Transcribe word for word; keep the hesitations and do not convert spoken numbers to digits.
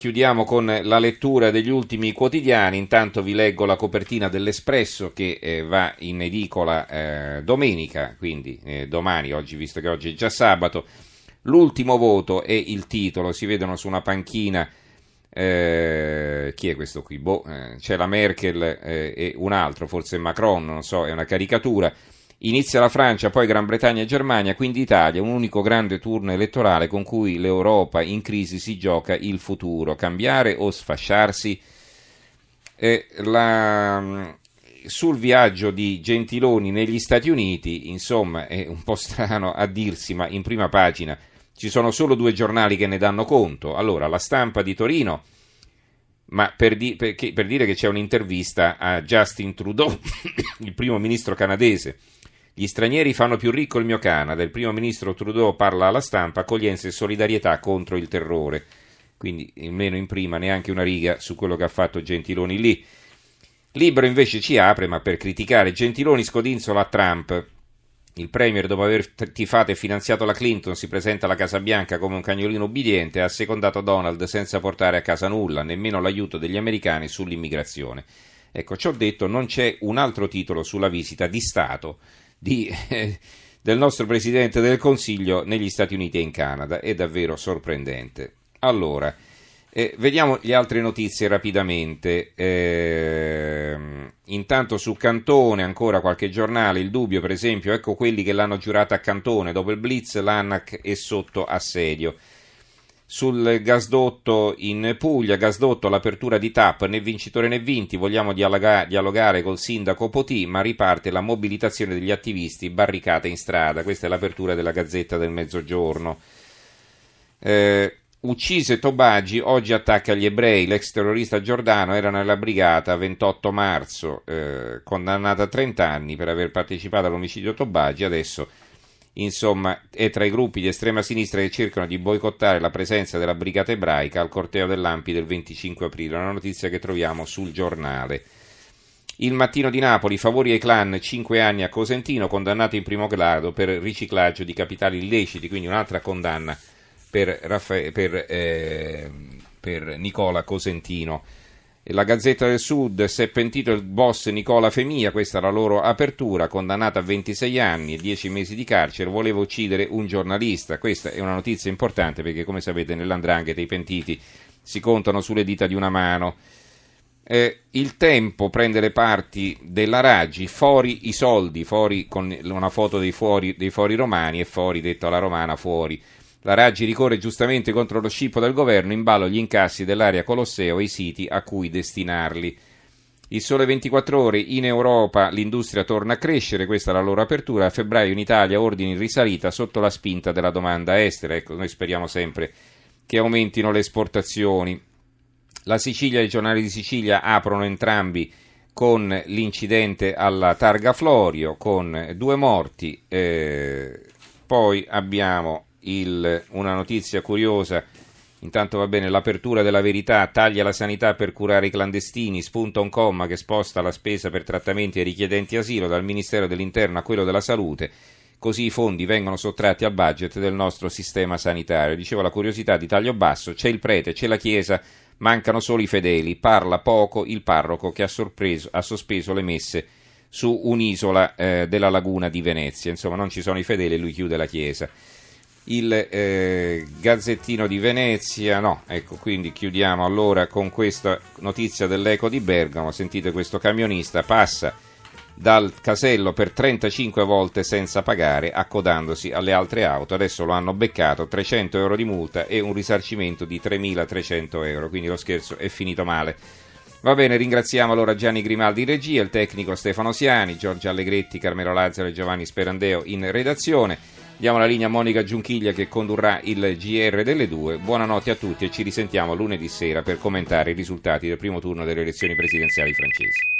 Chiudiamo con la lettura degli ultimi quotidiani. Intanto vi leggo la copertina dell'Espresso che eh, va in edicola eh, domenica, quindi eh, domani, oggi, visto che oggi è già sabato. L'ultimo voto è il titolo, si vedono su una panchina, eh, chi è questo qui? Boh, eh, c'è la Merkel eh, e un altro, forse Macron, non so, è una caricatura. Inizia la Francia, poi Gran Bretagna e Germania, quindi Italia, un unico grande turno elettorale con cui l'Europa in crisi si gioca il futuro. Cambiare o sfasciarsi? Eh, la, sul viaggio di Gentiloni negli Stati Uniti, insomma, è un po' strano a dirsi, ma in prima pagina ci sono solo due giornali che ne danno conto. Allora, La Stampa di Torino, ma per, di, per, per dire che c'è un'intervista a Justin Trudeau, il primo ministro canadese. Gli stranieri fanno più ricco il mio Canada. Il primo ministro Trudeau parla alla stampa, accoglienza e solidarietà contro il terrore. Quindi, almeno in prima, neanche una riga su quello che ha fatto Gentiloni lì. Libero invece ci apre, ma per criticare Gentiloni scodinzola a Trump. Il premier, dopo aver tifato e finanziato la Clinton, si presenta alla Casa Bianca come un cagnolino ubbidiente e ha assecondato Donald senza portare a casa nulla, nemmeno l'aiuto degli americani sull'immigrazione. Ecco, ci ho detto, non c'è un altro titolo sulla visita di Stato Di, eh, del nostro Presidente del Consiglio negli Stati Uniti e in Canada. È davvero sorprendente. Allora, eh, vediamo le altre notizie rapidamente. Eh, intanto su Cantone, ancora qualche giornale, il dubbio per esempio, ecco quelli che l'hanno giurata a Cantone, dopo il blitz l'ANAC è sotto assedio. Sul gasdotto in Puglia, gasdotto l'apertura di T A P, né vincitore né vinti, vogliamo dialoga- dialogare col sindaco Potì, ma riparte la mobilitazione degli attivisti, barricate in strada. Questa è l'apertura della Gazzetta del Mezzogiorno. Eh, uccise Tobagi, oggi attacca gli ebrei, l'ex terrorista Giordano era nella brigata ventotto marzo, eh, condannata a trenta anni per aver partecipato all'omicidio Tobagi, adesso insomma è tra i gruppi di estrema sinistra che cercano di boicottare la presenza della brigata ebraica al corteo dell'A N P I del venticinque aprile, una notizia che troviamo sul giornale. Il Mattino di Napoli, favori ai clan, cinque anni a Cosentino, condannato in primo grado per riciclaggio di capitali illeciti, quindi un'altra condanna per, Raffa- per, eh, per Nicola Cosentino. La Gazzetta del Sud, si è pentito il boss Nicola Femia, questa è la loro apertura, condannato a ventisei anni e dieci mesi di carcere, voleva uccidere un giornalista. Questa è una notizia importante perché, come sapete, nell'andrangheta i pentiti si contano sulle dita di una mano. Eh, il Tempo prende le parti della Raggi, fuori i soldi, fuori con una foto dei fuori, dei fuori romani e fuori detto alla romana fuori. La Raggi ricorre giustamente contro lo scippo del governo, in ballo gli incassi dell'area Colosseo e i siti a cui destinarli. Il Sole ventiquattro Ore, in Europa l'industria torna a crescere, questa è la loro apertura, a febbraio in Italia ordini in risalita sotto la spinta della domanda estera, ecco, noi speriamo sempre che aumentino le esportazioni. La Sicilia e i giornali di Sicilia aprono entrambi con l'incidente alla Targa Florio, con due morti, eh, poi abbiamo Il, una notizia curiosa, intanto va bene, l'apertura della Verità, taglia la sanità per curare i clandestini, spunta un comma che sposta la spesa per trattamenti ai richiedenti asilo dal Ministero dell'Interno a quello della Salute, così i fondi vengono sottratti al budget del nostro sistema sanitario. Dicevo, la curiosità di taglio basso, c'è il prete, c'è la chiesa, mancano solo i fedeli, parla poco il parroco che ha, sorpreso, ha sospeso le messe su un'isola eh, della laguna di Venezia, insomma non ci sono i fedeli e lui chiude la chiesa. Il eh, Gazzettino di Venezia, no, ecco, quindi chiudiamo allora con questa notizia dell'Eco di Bergamo. Sentite, questo camionista passa dal casello per trentacinque volte senza pagare, accodandosi alle altre auto, adesso lo hanno beccato, trecento euro di multa e un risarcimento di tremilatrecento euro, quindi lo scherzo è finito male. Va bene, ringraziamo allora Gianni Grimaldi in regia, il tecnico Stefano Siani, Giorgio Allegretti, Carmelo Lazzaro e Giovanni Sperandeo in redazione. Diamo la linea a Monica Giunchiglia che condurrà il G R delle due. Buonanotte a tutti e ci risentiamo lunedì sera per commentare i risultati del primo turno delle elezioni presidenziali francesi.